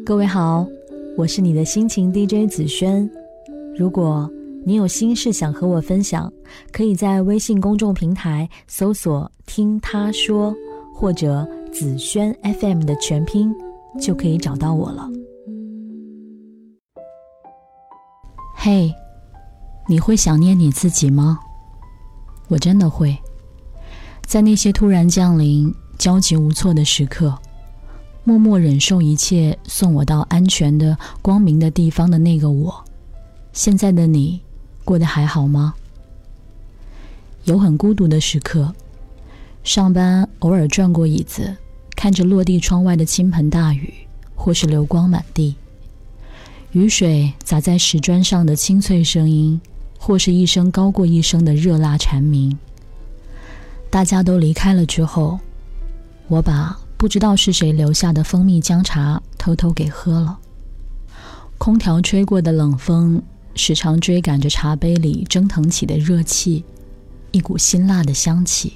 各位好，我是你的心情 DJ 子轩。如果你有心事想和我分享，可以在微信公众平台搜索听他说或者子轩 FM 的全拼，就可以找到我了。嘿，你会想念你自己吗？我真的会。在那些突然降临焦急无措的时刻，默默忍受一切送我到安全的光明的地方的那个我，现在的你过得还好吗？有很孤独的时刻，上班偶尔转过椅子，看着落地窗外的倾盆大雨，或是流光满地，雨水砸在石砖上的清脆声音，或是一声高过一声的热辣蝉鸣。大家都离开了之后，我把不知道是谁留下的蜂蜜姜茶偷偷给喝了。空调吹过的冷风时常追赶着茶杯里蒸腾起的热气，一股辛辣的香气。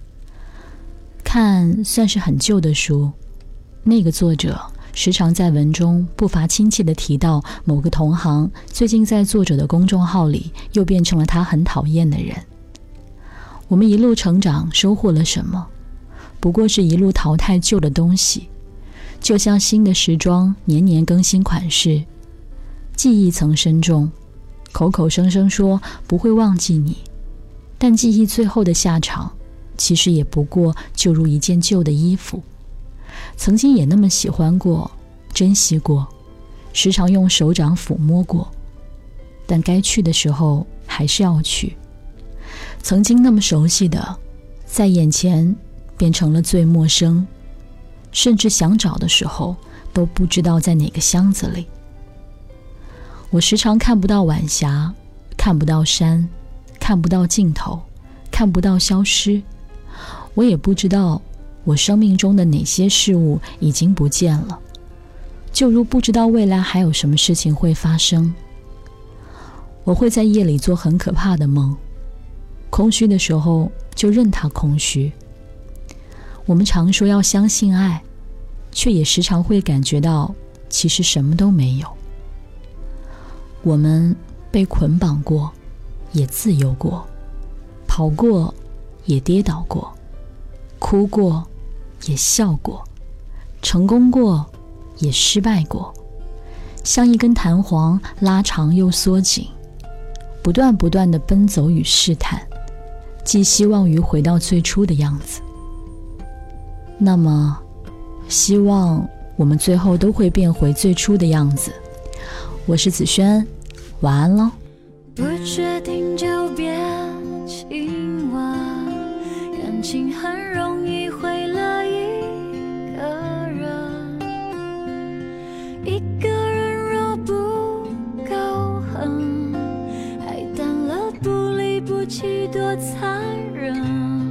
看算是很旧的书，那个作者时常在文中不乏亲切地提到某个同行最近在作者的公众号里又变成了他很讨厌的人。我们一路成长收获了什么？不过是一路淘汰旧的东西，就像新的时装年年更新款式，记忆曾深重，口口声声说不会忘记你，但记忆最后的下场其实也不过就如一件旧的衣服，曾经也那么喜欢过，珍惜过，时常用手掌抚摸过，但该去的时候还是要去。曾经那么熟悉的，在眼前变成了最陌生，甚至想找的时候都不知道在哪个箱子里。我时常看不到晚霞，看不到山，看不到尽头，看不到消失。我也不知道我生命中的哪些事物已经不见了，就如不知道未来还有什么事情会发生。我会在夜里做很可怕的梦，空虚的时候就任它空虚。我们常说要相信爱，却也时常会感觉到其实什么都没有。我们被捆绑过，也自由过，跑过，也跌倒过，哭过，也笑过，成功过，也失败过，像一根弹簧，拉长又缩紧，不断地奔走与试探，寄希望于回到最初的样子。那么希望我们最后都会变回最初的样子。我是子轩，晚安咯。 不确定就别亲吻，感情很容易毁了一个人，一个人若不够狠，爱淡了不离不弃多残忍，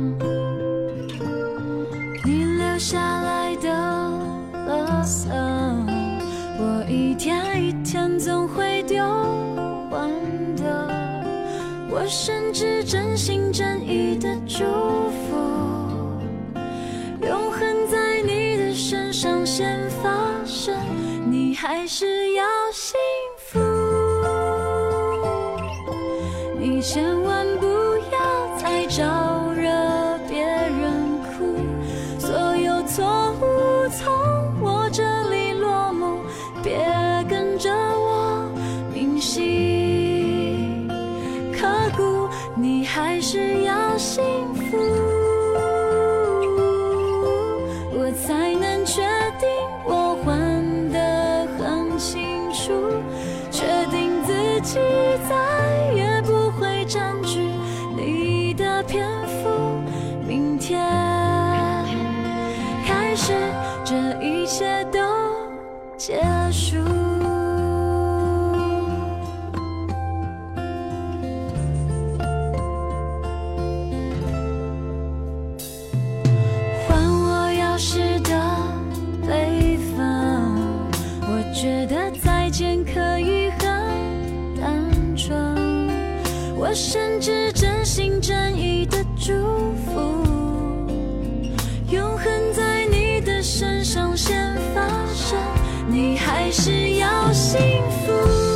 你留下来的垃圾，我一天一天总会丢完的，我甚至真心真意的祝福，永恒在你的身上先发生，你还是要幸福，你千万不要再招惹别人哭，所有错误从我这里落幕，别跟着我铭心刻骨，你还是要幸福，我才能确定我还得很清楚，确定自己再也不会占据你的篇幅，明天开始这一切都结束。还我钥匙的备份，我觉得再见可以很单纯，我甚至真心真意的祝福，永恒在你的身上先发生，你你还是要幸福。